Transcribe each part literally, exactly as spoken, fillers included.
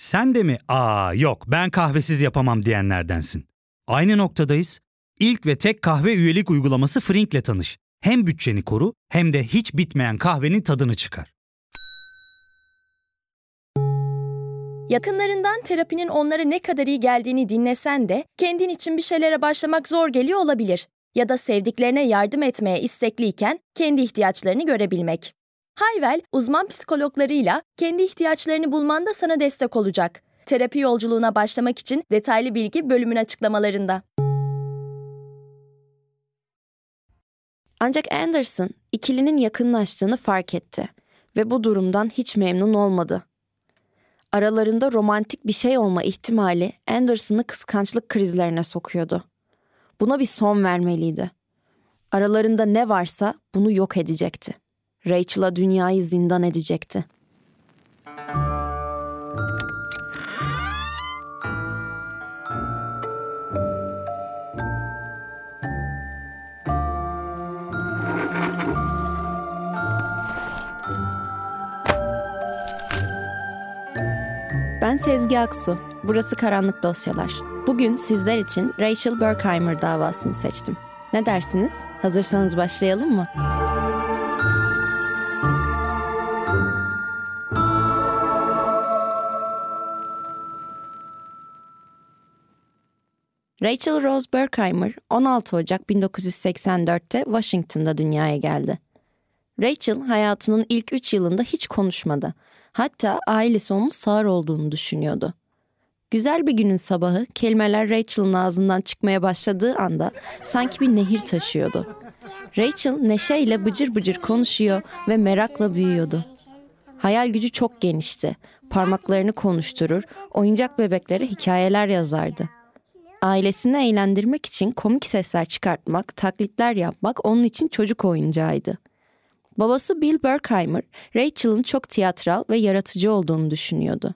Sen de mi "Aa yok ben kahvesiz yapamam" diyenlerdensin? Aynı noktadayız. İlk ve tek kahve üyelik uygulaması Frink'le tanış. Hem bütçeni koru hem de hiç bitmeyen kahvenin tadını çıkar. Yakınlarından terapinin onlara ne kadar iyi geldiğini dinlesen de kendin için bir şeylere başlamak zor geliyor olabilir. Ya da sevdiklerine yardım etmeye istekliyken kendi ihtiyaçlarını görebilmek. Hayvel, uzman psikologlarıyla kendi ihtiyaçlarını bulmanda sana destek olacak. Terapi yolculuğuna başlamak için detaylı bilgi bölümün açıklamalarında. Ancak Anderson, ikilinin yakınlaştığını fark etti ve bu durumdan hiç memnun olmadı. Aralarında romantik bir şey olma ihtimali Anderson'ı kıskançlık krizlerine sokuyordu. Buna bir son vermeliydi. Aralarında ne varsa bunu yok edecekti. Rachel'a dünyayı zindan edecekti. Ben Sezgi Aksu. Burası Karanlık Dosyalar. Bugün sizler için Rachel Burkheimer davasını seçtim. Ne dersiniz? Hazırsanız başlayalım mı? Rachel Rose Burkheimer on altı Ocak bin dokuz yüz seksen dörtte Washington'da dünyaya geldi. Rachel hayatının ilk üç yılında hiç konuşmadı. Hatta ailesi onun sağır olduğunu düşünüyordu. Güzel bir günün sabahı kelimeler Rachel'ın ağzından çıkmaya başladığı anda sanki bir nehir taşıyordu. Rachel neşeyle bıcır bıcır konuşuyor ve merakla büyüyordu. Hayal gücü çok genişti. Parmaklarını konuşturur, oyuncak bebeklere hikayeler yazardı. Ailesini eğlendirmek için komik sesler çıkartmak, taklitler yapmak onun için çocuk oyuncağıydı. Babası Bill Burkheimer, Rachel'ın çok tiyatral ve yaratıcı olduğunu düşünüyordu.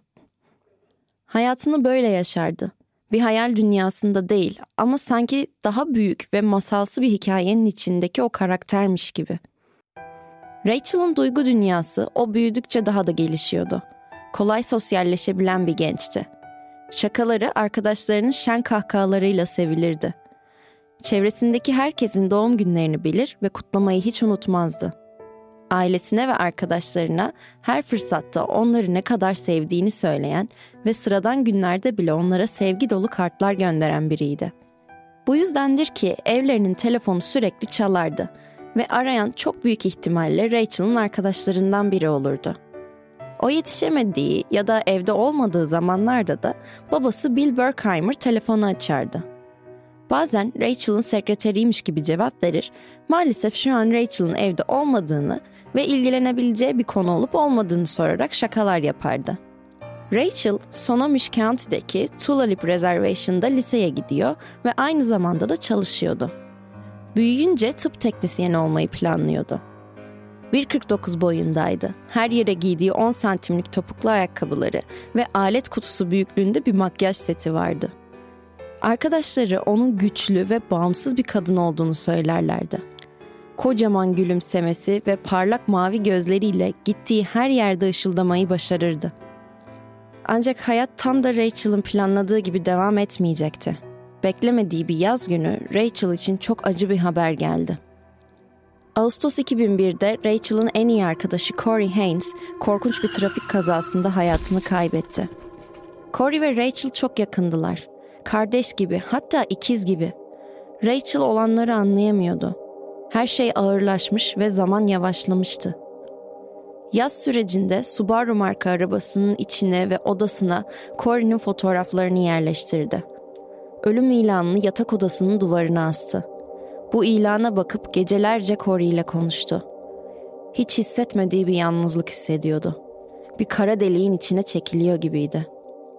Hayatını böyle yaşardı. Bir hayal dünyasında değil ama sanki daha büyük ve masalsı bir hikayenin içindeki o karaktermiş gibi. Rachel'ın duygu dünyası o büyüdükçe daha da gelişiyordu. Kolay sosyalleşebilen bir gençti. Şakaları arkadaşlarının şen kahkahalarıyla sevilirdi. Çevresindeki herkesin doğum günlerini bilir ve kutlamayı hiç unutmazdı. Ailesine ve arkadaşlarına her fırsatta onları ne kadar sevdiğini söyleyen ve sıradan günlerde bile onlara sevgi dolu kartlar gönderen biriydi. Bu yüzdendir ki evlerinin telefonu sürekli çalardı ve arayan çok büyük ihtimalle Rachel'ın arkadaşlarından biri olurdu. O yetişemediği ya da evde olmadığı zamanlarda da babası Bill Burkheimer telefonu açardı. Bazen Rachel'ın sekreteriymiş gibi cevap verir, maalesef şu an Rachel'ın evde olmadığını ve ilgilenebileceği bir konu olup olmadığını sorarak şakalar yapardı. Rachel, Snohomish County'deki Tulalip Reservation'da liseye gidiyor ve aynı zamanda da çalışıyordu. Büyüyünce tıp teknisyeni olmayı planlıyordu. bir kırk dokuz boyundaydı. Her yere giydiği on santimlik topuklu ayakkabıları ve alet kutusu büyüklüğünde bir makyaj seti vardı. Arkadaşları onun güçlü ve bağımsız bir kadın olduğunu söylerlerdi. Kocaman gülümsemesi ve parlak mavi gözleriyle gittiği her yerde ışıldamayı başarırdı. Ancak hayat tam da Rachel'ın planladığı gibi devam etmeyecekti. Beklemediği bir yaz günü Rachel için çok acı bir haber geldi. Ağustos iki bin birde Rachel'ın en iyi arkadaşı Corey Haynes korkunç bir trafik kazasında hayatını kaybetti. Corey ve Rachel çok yakındılar. Kardeş gibi, hatta ikiz gibi. Rachel olanları anlayamıyordu. Her şey ağırlaşmış ve zaman yavaşlamıştı. Yaz sürecinde Subaru marka arabasının içine ve odasına Corey'nin fotoğraflarını yerleştirdi. Ölüm ilanını yatak odasının duvarına astı. Bu ilana bakıp gecelerce Corey ile konuştu. Hiç hissetmediği bir yalnızlık hissediyordu. Bir kara deliğin içine çekiliyor gibiydi.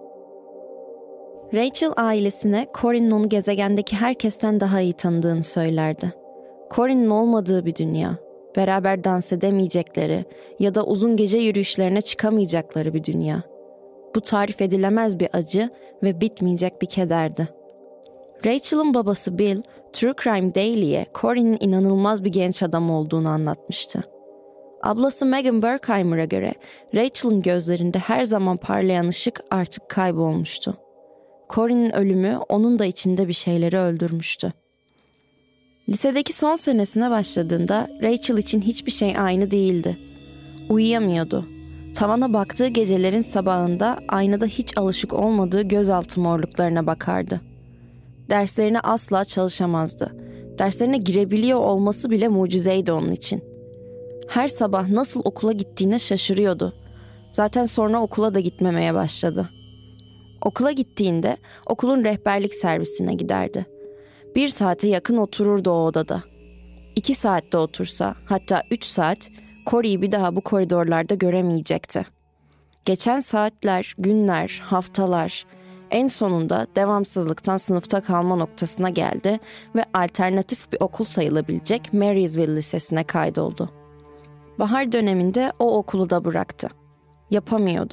Rachel ailesine Corey'nin onu gezegendeki herkesten daha iyi tanıdığını söylerdi. Corey'nin olmadığı bir dünya, beraber dans edemeyecekleri ya da uzun gece yürüyüşlerine çıkamayacakları bir dünya. Bu tarif edilemez bir acı ve bitmeyecek bir kederdi. Rachel'ın babası Bill, True Crime Daily'ye Corey'nin inanılmaz bir genç adam olduğunu anlatmıştı. Ablası Megan Berkheimer'a göre Rachel'ın gözlerinde her zaman parlayan ışık artık kaybolmuştu. Corinne'in ölümü onun da içinde bir şeyleri öldürmüştü. Lisedeki son senesine başladığında Rachel için hiçbir şey aynı değildi. Uyuyamıyordu. Tavana baktığı gecelerin sabahında aynada hiç alışık olmadığı gözaltı morluklarına bakardı. Derslerine asla çalışamazdı. Derslerine girebiliyor olması bile mucizeydi onun için. Her sabah nasıl okula gittiğine şaşırıyordu. Zaten sonra okula da gitmemeye başladı. Okula gittiğinde okulun rehberlik servisine giderdi. Bir saate yakın otururdu o odada. İki saatte otursa, hatta üç saat, Corey'i bir daha bu koridorlarda göremeyecekti. Geçen saatler, günler, haftalar, en sonunda devamsızlıktan sınıfta kalma noktasına geldi ve alternatif bir okul sayılabilecek Marysville Lisesi'ne kaydoldu. Bahar döneminde o okulu da bıraktı. Yapamıyordu.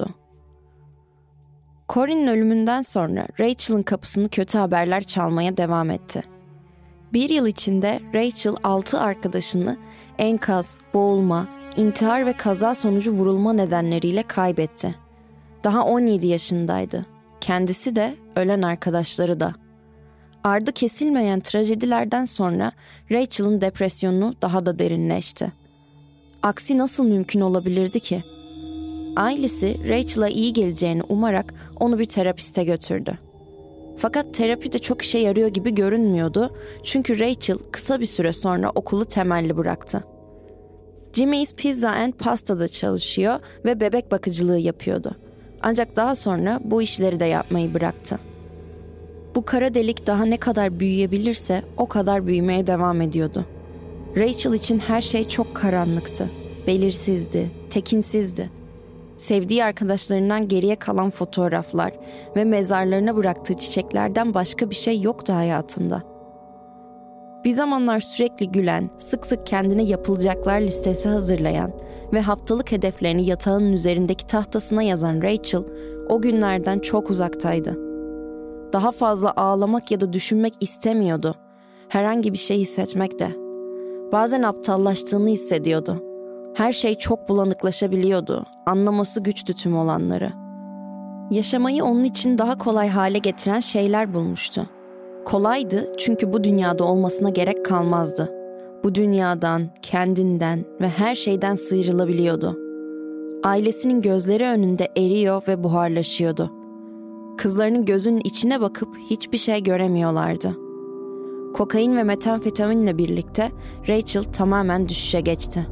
Corinne'in ölümünden sonra Rachel'ın kapısını kötü haberler çalmaya devam etti. Bir yıl içinde Rachel altı arkadaşını enkaz, boğulma, intihar ve kaza sonucu vurulma nedenleriyle kaybetti. Daha on yedi yaşındaydı. Kendisi de, ölen arkadaşları da. Ardı kesilmeyen trajedilerden sonra Rachel'ın depresyonu daha da derinleşti. Aksi nasıl mümkün olabilirdi ki? Ailesi Rachel'a iyi geleceğini umarak onu bir terapiste götürdü. Fakat terapi de çok işe yarıyor gibi görünmüyordu çünkü Rachel kısa bir süre sonra okulu temelli bıraktı. Jimmy's Pizza and Pasta'da çalışıyor ve bebek bakıcılığı yapıyordu. Ancak daha sonra bu işleri de yapmayı bıraktı. Bu kara delik daha ne kadar büyüyebilirse o kadar büyümeye devam ediyordu. Rachel için her şey çok karanlıktı, belirsizdi, tekinsizdi. Sevdiği arkadaşlarından geriye kalan fotoğraflar ve mezarlarına bıraktığı çiçeklerden başka bir şey yoktu hayatında. Bir zamanlar sürekli gülen, sık sık kendine yapılacaklar listesi hazırlayan ve haftalık hedeflerini yatağının üzerindeki tahtasına yazan Rachel o günlerden çok uzaktaydı. Daha fazla ağlamak ya da düşünmek istemiyordu. Herhangi bir şey hissetmek de. Bazen aptallaştığını hissediyordu. Her şey çok bulanıklaşabiliyordu. Anlaması güçtü tüm olanları. Yaşamayı onun için daha kolay hale getiren şeyler bulmuştu. Kolaydı çünkü bu dünyada olmasına gerek kalmazdı. Bu dünyadan, kendinden ve her şeyden sıyrılabiliyordu. Ailesinin gözleri önünde eriyor ve buharlaşıyordu. Kızlarının gözünün içine bakıp hiçbir şey göremiyorlardı. Kokain ve metamfetaminle birlikte Rachel tamamen düşüşe geçti.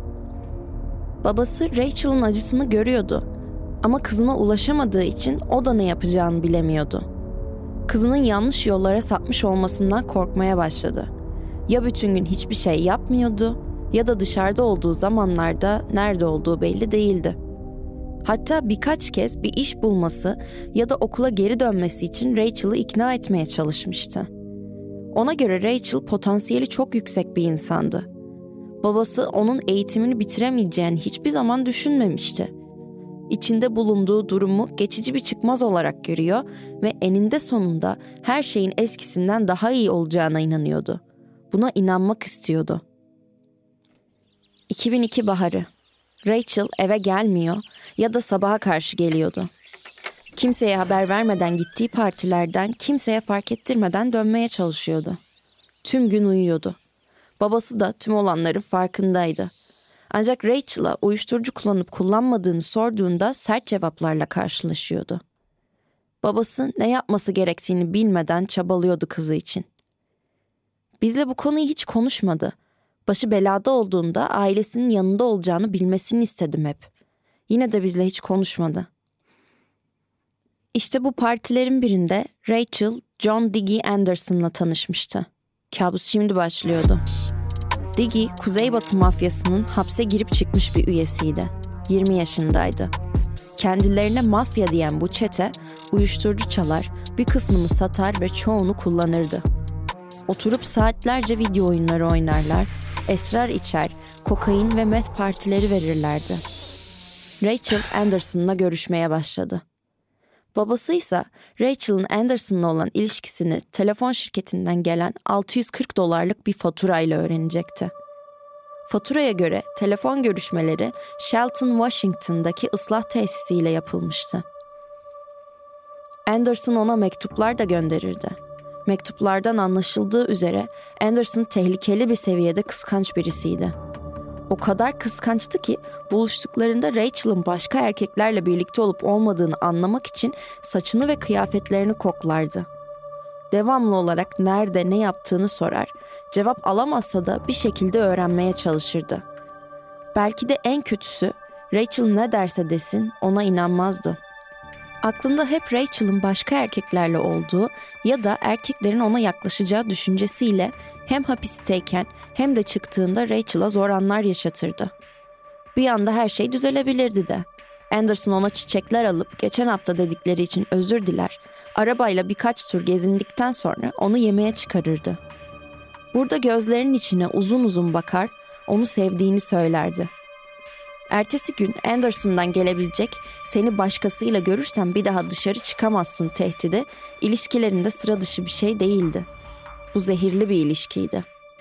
Babası Rachel'ın acısını görüyordu ama kızına ulaşamadığı için o da ne yapacağını bilemiyordu. Kızının yanlış yollara sapmış olmasından korkmaya başladı. Ya bütün gün hiçbir şey yapmıyordu ya da dışarıda olduğu zamanlarda nerede olduğu belli değildi. Hatta birkaç kez bir iş bulması ya da okula geri dönmesi için Rachel'ı ikna etmeye çalışmıştı. Ona göre Rachel potansiyeli çok yüksek bir insandı. Babası onun eğitimini bitiremeyeceğini hiçbir zaman düşünmemişti. İçinde bulunduğu durumu geçici bir çıkmaz olarak görüyor ve eninde sonunda her şeyin eskisinden daha iyi olacağına inanıyordu. Buna inanmak istiyordu. iki bin iki baharı. Rachel eve gelmiyor ya da sabaha karşı geliyordu. Kimseye haber vermeden gittiği partilerden kimseye fark ettirmeden dönmeye çalışıyordu. Tüm gün uyuyordu. Babası da tüm olanların farkındaydı. Ancak Rachel'a uyuşturucu kullanıp kullanmadığını sorduğunda sert cevaplarla karşılaşıyordu. Babası ne yapması gerektiğini bilmeden çabalıyordu kızı için. Bizle bu konuyu hiç konuşmadı. Başı belada olduğunda ailesinin yanında olacağını bilmesini istedim hep. Yine de bizle hiç konuşmadı. İşte bu partilerin birinde Rachel, John Diggy Anderson'la tanışmıştı. Kabus şimdi başlıyordu. Diggy, Kuzeybatı mafyasının hapse girip çıkmış bir üyesiydi. yirmi yaşındaydı. Kendilerine mafya diyen bu çete, uyuşturucu çalar, bir kısmını satar ve çoğunu kullanırdı. Oturup saatlerce video oyunları oynarlar, esrar içer, kokain ve meth partileri verirlerdi. Rachel Anderson'la görüşmeye başladı. Babası ise Rachel'ın Anderson'la olan ilişkisini telefon şirketinden gelen altı yüz kırk dolarlık bir faturayla öğrenecekti. Faturaya göre telefon görüşmeleri Shelton, Washington'daki ıslah tesisiyle yapılmıştı. Anderson ona mektuplar da gönderirdi. Mektuplardan anlaşıldığı üzere Anderson tehlikeli bir seviyede kıskanç birisiydi. O kadar kıskançtı ki buluştuklarında Rachel'ın başka erkeklerle birlikte olup olmadığını anlamak için saçını ve kıyafetlerini koklardı. Devamlı olarak nerede ne yaptığını sorar, cevap alamazsa da bir şekilde öğrenmeye çalışırdı. Belki de en kötüsü Rachel ne derse desin ona inanmazdı. Aklında hep Rachel'ın başka erkeklerle olduğu ya da erkeklerin ona yaklaşacağı düşüncesiyle hem hapisteyken hem de çıktığında Rachel'a zor anlar yaşatırdı. Bir anda her şey düzelebilirdi de. Anderson ona çiçekler alıp geçen hafta dedikleri için özür diler, arabayla birkaç tur gezindikten sonra onu yemeğe çıkarırdı. Burada gözlerinin içine uzun uzun bakar, onu sevdiğini söylerdi. Ertesi gün Anderson'dan gelebilecek "seni başkasıyla görürsem bir daha dışarı çıkamazsın" tehdidi ilişkilerinde sıra dışı bir şey değildi. Bu zehirli bir ilişkiydi.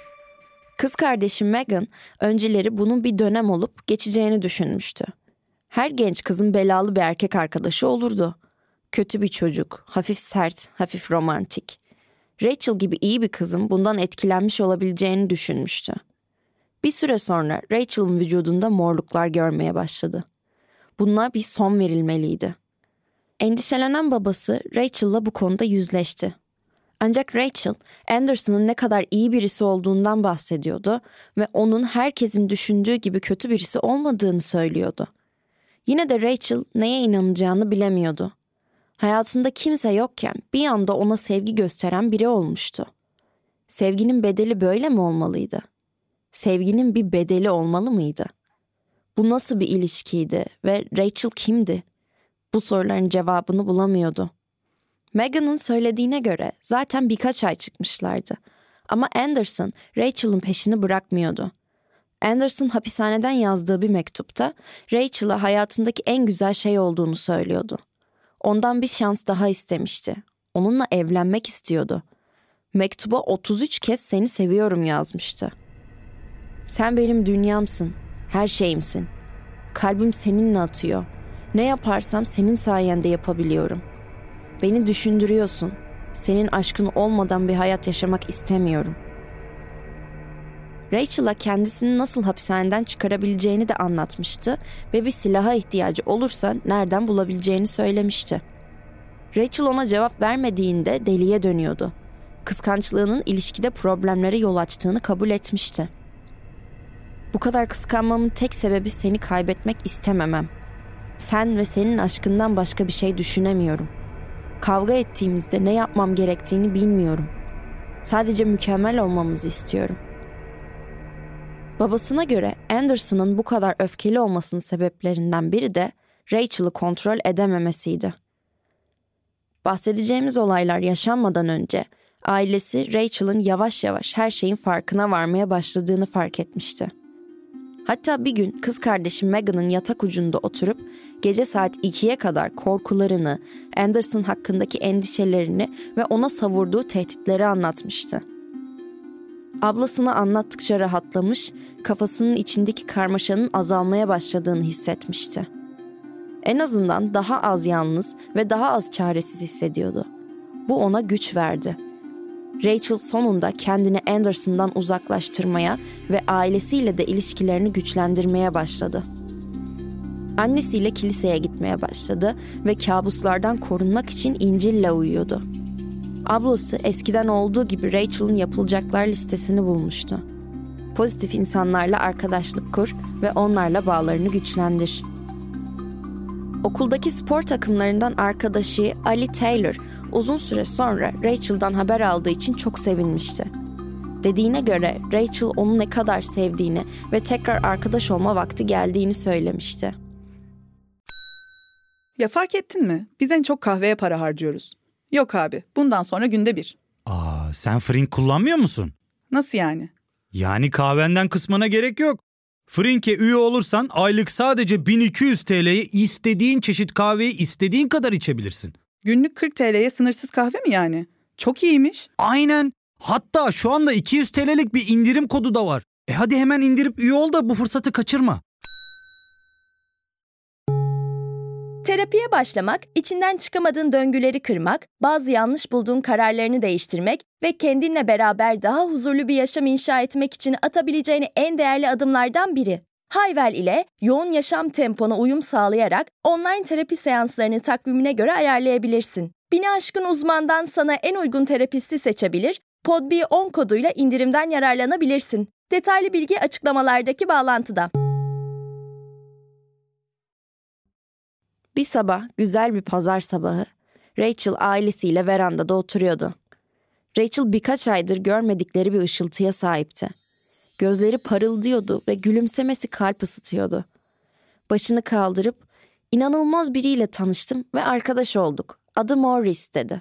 Kız kardeşi Megan önceleri bunun bir dönem olup geçeceğini düşünmüştü. Her genç kızın belalı bir erkek arkadaşı olurdu. Kötü bir çocuk, hafif sert, hafif romantik. Rachel gibi iyi bir kızın bundan etkilenmiş olabileceğini düşünmüştü. Bir süre sonra Rachel'ın vücudunda morluklar görmeye başladı. Buna bir son verilmeliydi. Endişelenen babası Rachel'la bu konuda yüzleşti. Ancak Rachel, Anderson'ın ne kadar iyi birisi olduğundan bahsediyordu ve onun herkesin düşündüğü gibi kötü birisi olmadığını söylüyordu. Yine de Rachel neye inanacağını bilemiyordu. Hayatında kimse yokken bir anda ona sevgi gösteren biri olmuştu. Sevginin bedeli böyle mi olmalıydı? Sevginin bir bedeli olmalı mıydı? Bu nasıl bir ilişkiydi ve Rachel kimdi? Bu soruların cevabını bulamıyordu. Megan'ın söylediğine göre zaten birkaç ay çıkmışlardı. Ama Anderson, Rachel'ın peşini bırakmıyordu. Anderson hapishaneden yazdığı bir mektupta Rachel'a hayatındaki en güzel şey olduğunu söylüyordu. Ondan bir şans daha istemişti. Onunla evlenmek istiyordu. Mektuba otuz üç kez "seni seviyorum" yazmıştı. "Sen benim dünyamsın, her şeyimsin. Kalbim seninle atıyor. Ne yaparsam senin sayende yapabiliyorum. Beni düşündürüyorsun. Senin aşkın olmadan bir hayat yaşamak istemiyorum." Rachel'a kendisini nasıl hapishaneden çıkarabileceğini de anlatmıştı ve bir silaha ihtiyacı olursa nereden bulabileceğini söylemişti. Rachel ona cevap vermediğinde deliye dönüyordu. Kıskançlığının ilişkide problemlere yol açtığını kabul etmişti. "Bu kadar kıskanmamın tek sebebi seni kaybetmek istememem. Sen ve senin aşkından başka bir şey düşünemiyorum. Kavga ettiğimizde ne yapmam gerektiğini bilmiyorum. Sadece mükemmel olmamızı istiyorum." Babasına göre Anderson'ın bu kadar öfkeli olmasının sebeplerinden biri de Rachel'ı kontrol edememesiydi. Bahsedeceğimiz olaylar yaşanmadan önce ailesi Rachel'ın yavaş yavaş her şeyin farkına varmaya başladığını fark etmişti. Hatta bir gün kız kardeşi Megan'ın yatak ucunda oturup gece saat ikiye kadar korkularını, Anderson hakkındaki endişelerini ve ona savurduğu tehditleri anlatmıştı. Ablasına anlattıkça rahatlamış, kafasının içindeki karmaşanın azalmaya başladığını hissetmişti. En azından daha az yalnız ve daha az çaresiz hissediyordu. Bu ona güç verdi. Rachel sonunda kendini Anderson'dan uzaklaştırmaya ve ailesiyle de ilişkilerini güçlendirmeye başladı. Annesiyle kiliseye gitmeye başladı ve kabuslardan korunmak için İncil'le uyuyordu. Ablası eskiden olduğu gibi Rachel'ın yapılacaklar listesini bulmuştu. Pozitif insanlarla arkadaşlık kur ve onlarla bağlarını güçlendir. Okuldaki spor takımlarından arkadaşı Ali Taylor uzun süre sonra Rachel'dan haber aldığı için çok sevinmişti. Dediğine göre Rachel onu ne kadar sevdiğini ve tekrar arkadaş olma vakti geldiğini söylemişti. Ya fark ettin mi? Biz en çok kahveye para harcıyoruz. Yok abi, bundan sonra günde bir. Aa, sen Frink kullanmıyor musun? Nasıl yani? Yani kahvenden kısmına gerek yok. Frink'e üye olursan aylık sadece bin iki yüz T L'ye istediğin çeşit kahveyi istediğin kadar içebilirsin. Günlük kırk T L'ye sınırsız kahve mi yani? Çok iyiymiş. Aynen. Hatta şu anda iki yüz T L'lik bir indirim kodu da var. E hadi hemen indirip üye ol da bu fırsatı kaçırma. Terapiye başlamak, içinden çıkamadığın döngüleri kırmak, bazı yanlış bulduğun kararlarını değiştirmek ve kendinle beraber daha huzurlu bir yaşam inşa etmek için atabileceğin en değerli adımlardan biri. Hayvel ile yoğun yaşam tempona uyum sağlayarak online terapi seanslarını takvimine göre ayarlayabilirsin. Bini aşkın uzmandan sana en uygun terapisti seçebilir, Podbi on koduyla indirimden yararlanabilirsin. Detaylı bilgi açıklamalardaki bağlantıda. Bir sabah, güzel bir pazar sabahı, Rachel ailesiyle verandada oturuyordu. Rachel birkaç aydır görmedikleri bir ışıltıya sahipti. Gözleri parıldıyordu ve gülümsemesi kalp ısıtıyordu. Başını kaldırıp, "İnanılmaz biriyle tanıştım ve arkadaş olduk. Adı Morris," dedi.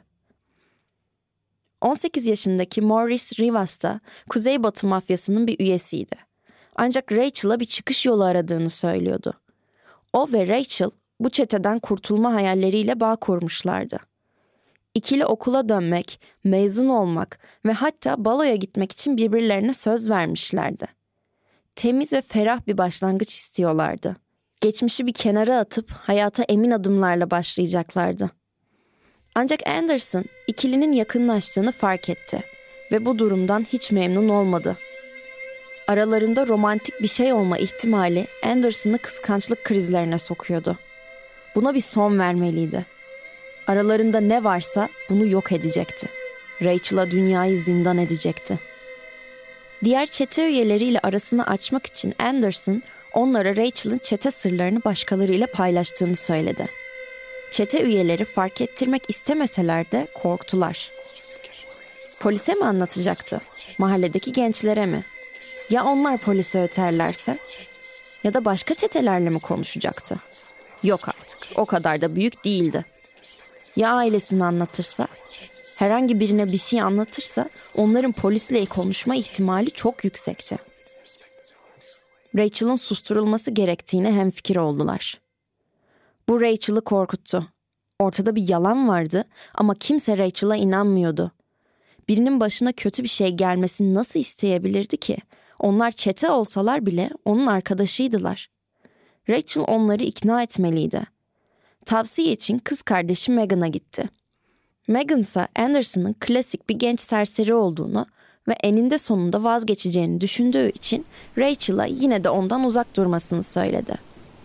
on sekiz yaşındaki Morris Rivas da Kuzeybatı mafyasının bir üyesiydi. Ancak Rachel'a bir çıkış yolu aradığını söylüyordu. O ve Rachel bu çeteden kurtulma hayalleriyle bağ kurmuşlardı. İkili okula dönmek, mezun olmak ve hatta baloya gitmek için birbirlerine söz vermişlerdi. Temiz ve ferah bir başlangıç istiyorlardı. Geçmişi bir kenara atıp hayata emin adımlarla başlayacaklardı. Ancak Anderson ikilinin yakınlaştığını fark etti ve bu durumdan hiç memnun olmadı. Aralarında romantik bir şey olma ihtimali Anderson'ı kıskançlık krizlerine sokuyordu. Buna bir son vermeliydi. Aralarında ne varsa bunu yok edecekti. Rachel'a dünyayı zindan edecekti. Diğer çete üyeleriyle arasını açmak için Anderson onlara Rachel'ın çete sırlarını başkalarıyla paylaştığını söyledi. Çete üyeleri fark ettirmek istemeseler de korktular. Polise mi anlatacaktı? Mahalledeki gençlere mi? Ya onlar polise öterlerse? Ya da başka çetelerle mi konuşacaktı? Yok artık, o kadar da büyük değildi. Ya ailesini anlatırsa? Herhangi birine bir şey anlatırsa onların polisle konuşma ihtimali çok yüksekti. Rachel'ın susturulması gerektiğine hemfikir oldular. Bu Rachel'ı korkuttu. Ortada bir yalan vardı ama kimse Rachel'a inanmıyordu. Birinin başına kötü bir şey gelmesini nasıl isteyebilirdi ki? Onlar çete olsalar bile onun arkadaşıydılar. Rachel onları ikna etmeliydi. Tavsiye için kız kardeşi Megan'a gitti. Megan ise Anderson'ın klasik bir genç serseri olduğunu ve eninde sonunda vazgeçeceğini düşündüğü için Rachel'a yine de ondan uzak durmasını söyledi.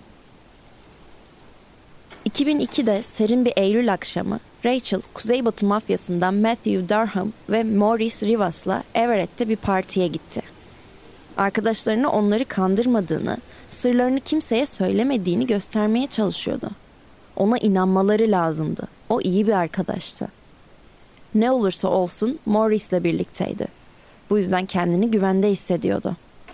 iki bin ikide serin bir Eylül akşamı Rachel, Kuzeybatı mafyasından Matthew Durham ve Morris Rivas'la Everett'te bir partiye gitti. Arkadaşlarına onları kandırmadığını, sırlarını kimseye söylemediğini göstermeye çalışıyordu. Ona inanmaları lazımdı. O iyi bir arkadaştı. Ne olursa olsun Morris'le birlikteydi. Bu yüzden kendini güvende hissediyordu.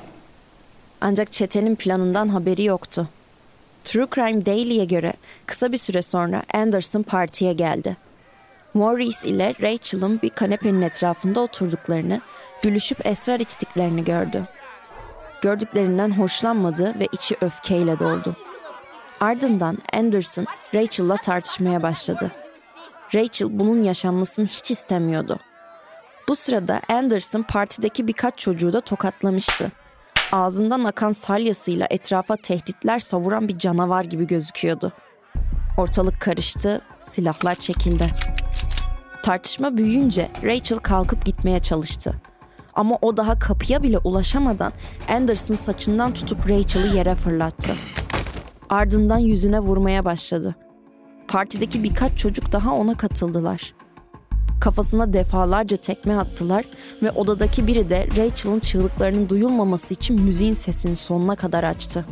Ancak çetenin planından haberi yoktu. True Crime Daily'ye göre kısa bir süre sonra Anderson partiye geldi. Morris ile Rachel'ın bir kanepenin etrafında oturduklarını, gülüşüp esrar içtiklerini gördü. Gördüklerinden hoşlanmadı ve içi öfkeyle doldu. Ardından Anderson, Rachel'la tartışmaya başladı. Rachel bunun yaşanmasını hiç istemiyordu. Bu sırada Anderson partideki birkaç çocuğu da tokatlamıştı. Ağzından akan salyasıyla etrafa tehditler savuran bir canavar gibi gözüküyordu. Ortalık karıştı, silahlar çekildi. Tartışma büyüyünce Rachel kalkıp gitmeye çalıştı. Ama o daha kapıya bile ulaşamadan Anderson saçından tutup Rachel'ı yere fırlattı. Ardından yüzüne vurmaya başladı. Partideki birkaç çocuk daha ona katıldılar. Kafasına defalarca tekme attılar ve odadaki biri de Rachel'ın çığlıklarının duyulmaması için müziğin sesini sonuna kadar açtı.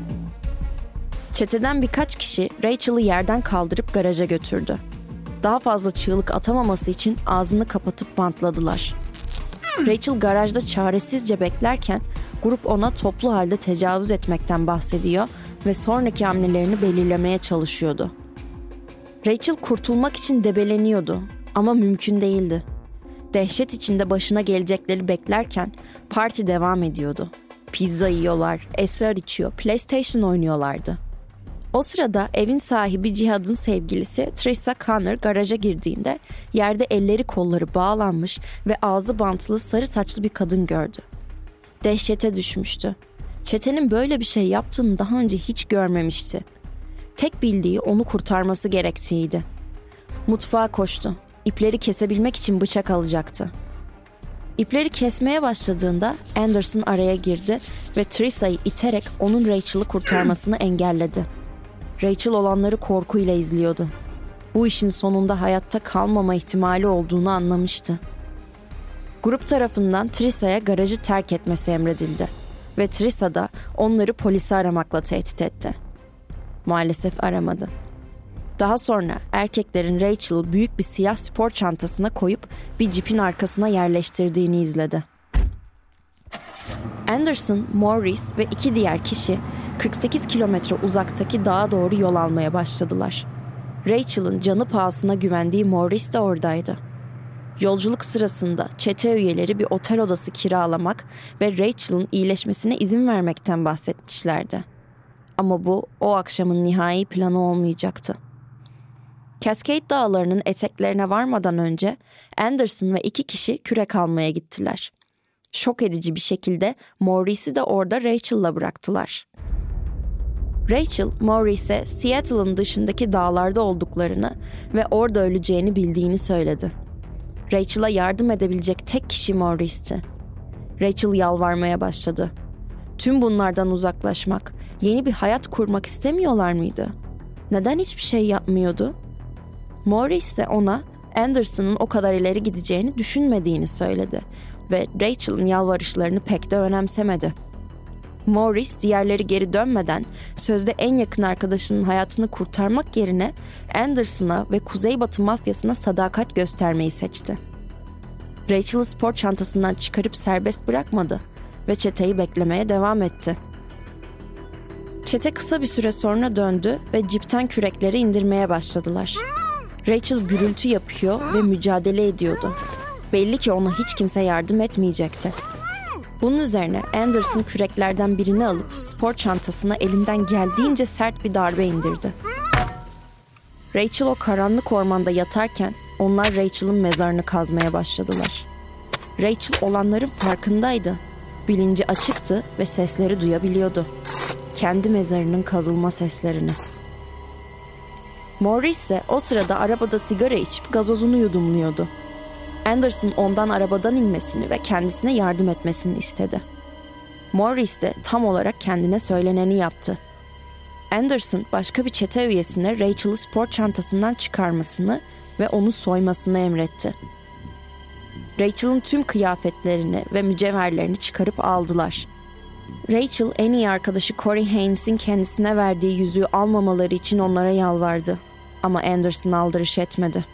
Çeteden birkaç kişi Rachel'ı yerden kaldırıp garaja götürdü. Daha fazla çığlık atamaması için ağzını kapatıp bantladılar. Rachel garajda çaresizce beklerken grup ona toplu halde tecavüz etmekten bahsediyor ve sonraki hamlelerini belirlemeye çalışıyordu. Rachel kurtulmak için debeleniyordu ama mümkün değildi. Dehşet içinde başına gelecekleri beklerken parti devam ediyordu. Pizza yiyorlar, esrar içiyor, PlayStation oynuyorlardı. O sırada evin sahibi Cihad'ın sevgilisi Trisha Connor garaja girdiğinde yerde elleri kolları bağlanmış ve ağzı bantlı sarı saçlı bir kadın gördü. Dehşete düşmüştü. Çetenin böyle bir şey yaptığını daha önce hiç görmemişti. Tek bildiği onu kurtarması gerektiğiydi. Mutfağa koştu. İpleri kesebilmek için bıçak alacaktı. İpleri kesmeye başladığında Anderson araya girdi ve Trissa'yı iterek onun Rachel'ı kurtarmasını engelledi. Rachel olanları korkuyla izliyordu. Bu işin sonunda hayatta kalmama ihtimali olduğunu anlamıştı. Grup tarafından Trissa'ya garajı terk etmesi emredildi ve Trissa da onları polisi aramakla tehdit etti. Maalesef aramadı. Daha sonra erkeklerin Rachel'ı büyük bir siyah spor çantasına koyup bir cipin arkasına yerleştirdiğini izledi. Anderson, Morris ve iki diğer kişi kırk sekiz kilometre uzaktaki dağa doğru yol almaya başladılar. Rachel'ın canı pahasına güvendiği Morris de oradaydı. Yolculuk sırasında çete üyeleri bir otel odası kiralamak ve Rachel'ın iyileşmesine izin vermekten bahsetmişlerdi. Ama bu o akşamın nihai planı olmayacaktı. Cascade Dağları'nın eteklerine varmadan önce Anderson ve iki kişi kürek almaya gittiler. Şok edici bir şekilde Morris'i de orada Rachel'la bıraktılar. Rachel, Morris'e Seattle'ın dışındaki dağlarda olduklarını ve orada öleceğini bildiğini söyledi. Rachel'a yardım edebilecek tek kişi Morris'ti. Rachel yalvarmaya başladı. Tüm bunlardan uzaklaşmak, yeni bir hayat kurmak istemiyorlar mıydı? Neden hiçbir şey yapmıyordu? Morris de ona Anderson'ın o kadar ileri gideceğini düşünmediğini söyledi ve Rachel'ın yalvarışlarını pek de önemsemedi. Morris diğerleri geri dönmeden sözde en yakın arkadaşının hayatını kurtarmak yerine Anderson'a ve Kuzeybatı mafyasına sadakat göstermeyi seçti. Rachel'ı spor çantasından çıkarıp serbest bırakmadı ve çeteyi beklemeye devam etti. Çete kısa bir süre sonra döndü ve cipten kürekleri indirmeye başladılar. Rachel gürültü yapıyor ve mücadele ediyordu. Belli ki ona hiç kimse yardım etmeyecekti. Bunun üzerine Anderson küreklerden birini alıp spor çantasına elinden geldiğince sert bir darbe indirdi. Rachel o karanlık ormanda yatarken onlar Rachel'ın mezarını kazmaya başladılar. Rachel olanların farkındaydı. Bilinci açıktı ve sesleri duyabiliyordu. Kendi mezarının kazılma seslerini. Morris ise o sırada arabada sigara içip gazozunu yudumluyordu. Anderson ondan arabadan inmesini ve kendisine yardım etmesini istedi. Morris de tam olarak kendine söyleneni yaptı. Anderson başka bir çete üyesine Rachel'ı spor çantasından çıkarmasını ve onu soymasını emretti. Rachel'ın tüm kıyafetlerini ve mücevherlerini çıkarıp aldılar. Rachel en iyi arkadaşı Corey Haynes'in kendisine verdiği yüzüğü almamaları için onlara yalvardı. Ama Anderson aldırış etmedi.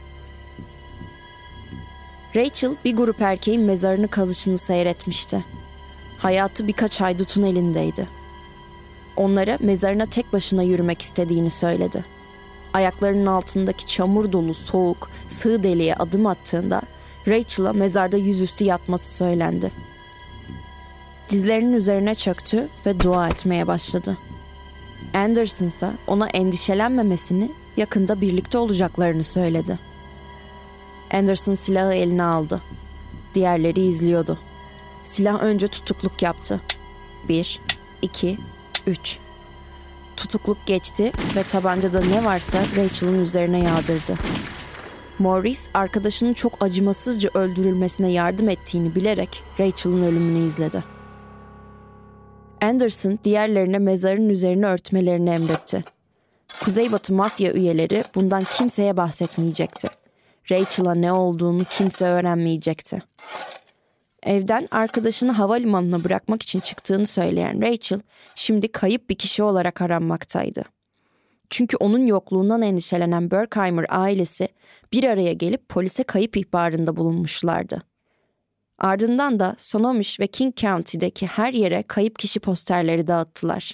Rachel bir grup erkeğin mezarını kazışını seyretmişti. Hayatı birkaç haydutun elindeydi. Onlara mezarına tek başına yürümek istediğini söyledi. Ayaklarının altındaki çamur dolu soğuk, sığ deliğe adım attığında Rachel'a mezarda yüzüstü yatması söylendi. Dizlerinin üzerine çöktü ve dua etmeye başladı. Anderson ise ona endişelenmemesini, yakında birlikte olacaklarını söyledi. Anderson silahı eline aldı. Diğerleri izliyordu. Silah önce tutukluk yaptı. Bir, iki, üç. Tutukluk geçti ve tabancada ne varsa Rachel'ın üzerine yağdırdı. Morris, arkadaşının çok acımasızca öldürülmesine yardım ettiğini bilerek Rachel'ın ölümünü izledi. Anderson diğerlerine mezarın üzerine örtmelerini emretti. Kuzeybatı mafya üyeleri bundan kimseye bahsetmeyecekti. Rachel'a ne olduğunu kimse öğrenmeyecekti. Evden arkadaşını havalimanına bırakmak için çıktığını söyleyen Rachel, şimdi kayıp bir kişi olarak aranmaktaydı. Çünkü onun yokluğundan endişelenen Berkheimer ailesi bir araya gelip polise kayıp ihbarında bulunmuşlardı. Ardından da Snohomish ve King County'deki her yere kayıp kişi posterleri dağıttılar.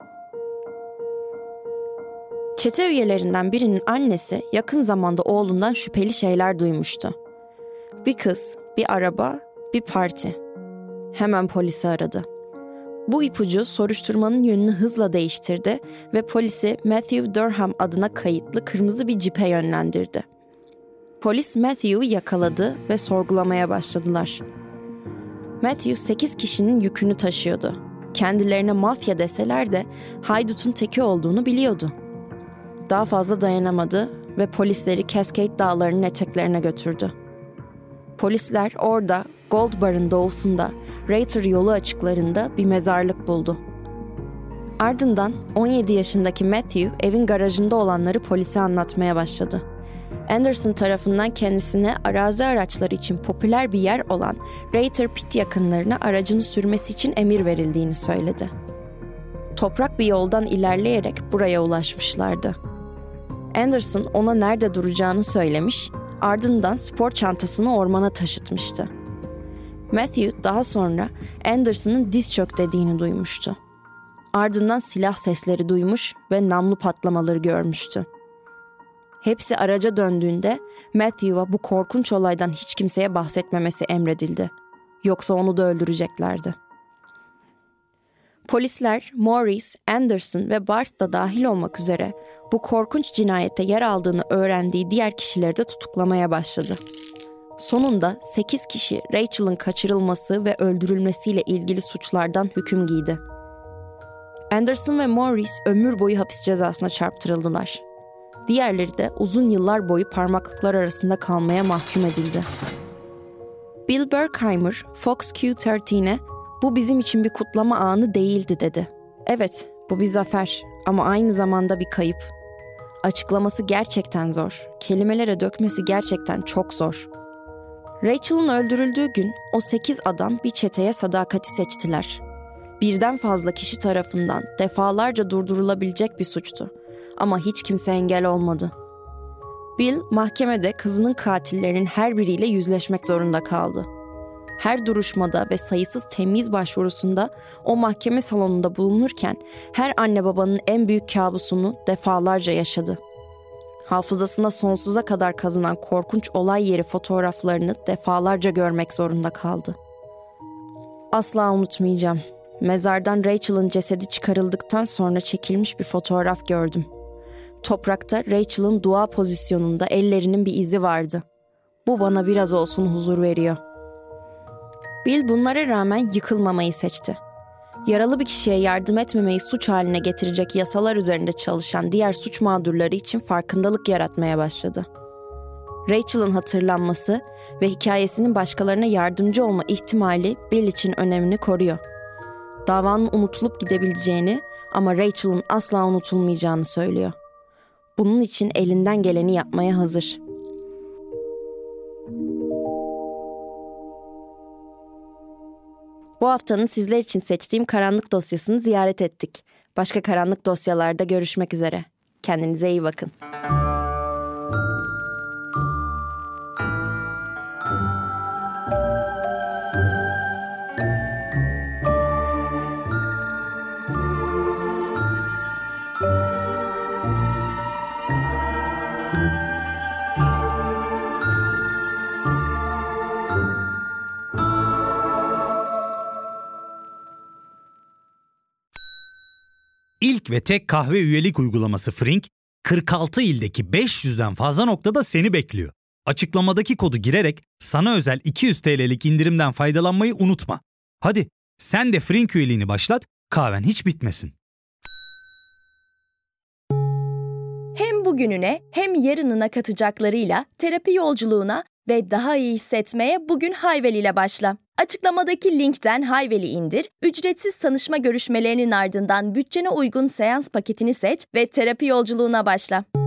Çete üyelerinden birinin annesi yakın zamanda oğlundan şüpheli şeyler duymuştu. Bir kız, bir araba, bir parti. Hemen polisi aradı. Bu ipucu soruşturmanın yönünü hızla değiştirdi ve polisi Matthew Durham adına kayıtlı kırmızı bir cipe yönlendirdi. Polis Matthew'u yakaladı ve sorgulamaya başladılar. Matthew sekiz kişinin yükünü taşıyordu. Kendilerine mafya deseler de haydutun teki olduğunu biliyordu. Daha fazla dayanamadı ve polisleri Cascade Dağları'nın eteklerine götürdü. Polisler orada Gold Bar'ın doğusunda Rayter yolu açıklarında bir mezarlık buldu. Ardından on yedi yaşındaki Matthew evin garajında olanları polise anlatmaya başladı. Anderson tarafından kendisine arazi araçları için popüler bir yer olan Rayter Pit yakınlarına aracını sürmesi için emir verildiğini söyledi. Toprak bir yoldan ilerleyerek buraya ulaşmışlardı. Anderson ona nerede duracağını söylemiş, ardından spor çantasını ormana taşıtmıştı. Matthew daha sonra Anderson'ın diz çöktüğünü duymuştu. Ardından silah sesleri duymuş ve namlu patlamaları görmüştü. Hepsi araca döndüğünde Matthew'a bu korkunç olaydan hiç kimseye bahsetmemesi emredildi. Yoksa onu da öldüreceklerdi. Polisler Morris, Anderson ve Bart da dahil olmak üzere bu korkunç cinayete yer aldığını öğrendiği diğer kişileri de tutuklamaya başladı. Sonunda sekiz kişi Rachel'ın kaçırılması ve öldürülmesiyle ilgili suçlardan hüküm giydi. Anderson ve Morris ömür boyu hapis cezasına çarptırıldılar. Diğerleri de uzun yıllar boyu parmaklıklar arasında kalmaya mahkum edildi. Bill Berkheimer, Fox Q on üç'e "Bu bizim için bir kutlama anı değildi" dedi. Evet, bu bir zafer ama aynı zamanda bir kayıp. Açıklaması gerçekten zor. Kelimelere dökmesi gerçekten çok zor. Rachel'ın öldürüldüğü gün o sekiz adam bir çeteye sadakati seçtiler. Birden fazla kişi tarafından defalarca durdurulabilecek bir suçtu. Ama hiç kimse engel olmadı. Bill mahkemede kızının katillerinin her biriyle yüzleşmek zorunda kaldı. Her duruşmada ve sayısız temyiz başvurusunda o mahkeme salonunda bulunurken her anne babanın en büyük kabusunu defalarca yaşadı. Hafızasına sonsuza kadar kazınan korkunç olay yeri fotoğraflarını defalarca görmek zorunda kaldı. Asla unutmayacağım. Mezardan Rachel'ın cesedi çıkarıldıktan sonra çekilmiş bir fotoğraf gördüm. Toprakta Rachel'ın dua pozisyonunda ellerinin bir izi vardı. Bu bana biraz olsun huzur veriyor. Bill bunlara rağmen yıkılmamayı seçti. Yaralı bir kişiye yardım etmemeyi suç haline getirecek yasalar üzerinde çalışan diğer suç mağdurları için farkındalık yaratmaya başladı. Rachel'ın hatırlanması ve hikayesinin başkalarına yardımcı olma ihtimali Bill için önemini koruyor. Davanın unutulup gidebileceğini ama Rachel'ın asla unutulmayacağını söylüyor. Bunun için elinden geleni yapmaya hazır. Bu haftanın sizler için seçtiğim karanlık dosyasını ziyaret ettik. Başka karanlık dosyalarda görüşmek üzere. Kendinize iyi bakın. İlk ve tek kahve üyelik uygulaması Frink, kırk altı ildeki beş yüzden fazla noktada seni bekliyor. Açıklamadaki kodu girerek sana özel iki yüz TL'lik indirimden faydalanmayı unutma. Hadi sen de Frink üyeliğini başlat, kahven hiç bitmesin. Hem bugününe hem yarınına katacaklarıyla terapi yolculuğuna ve daha iyi hissetmeye bugün Hayvel ile başla. Açıklamadaki linkten Hayvel'i indir, ücretsiz tanışma görüşmelerinin ardından bütçene uygun seans paketini seç ve terapi yolculuğuna başla.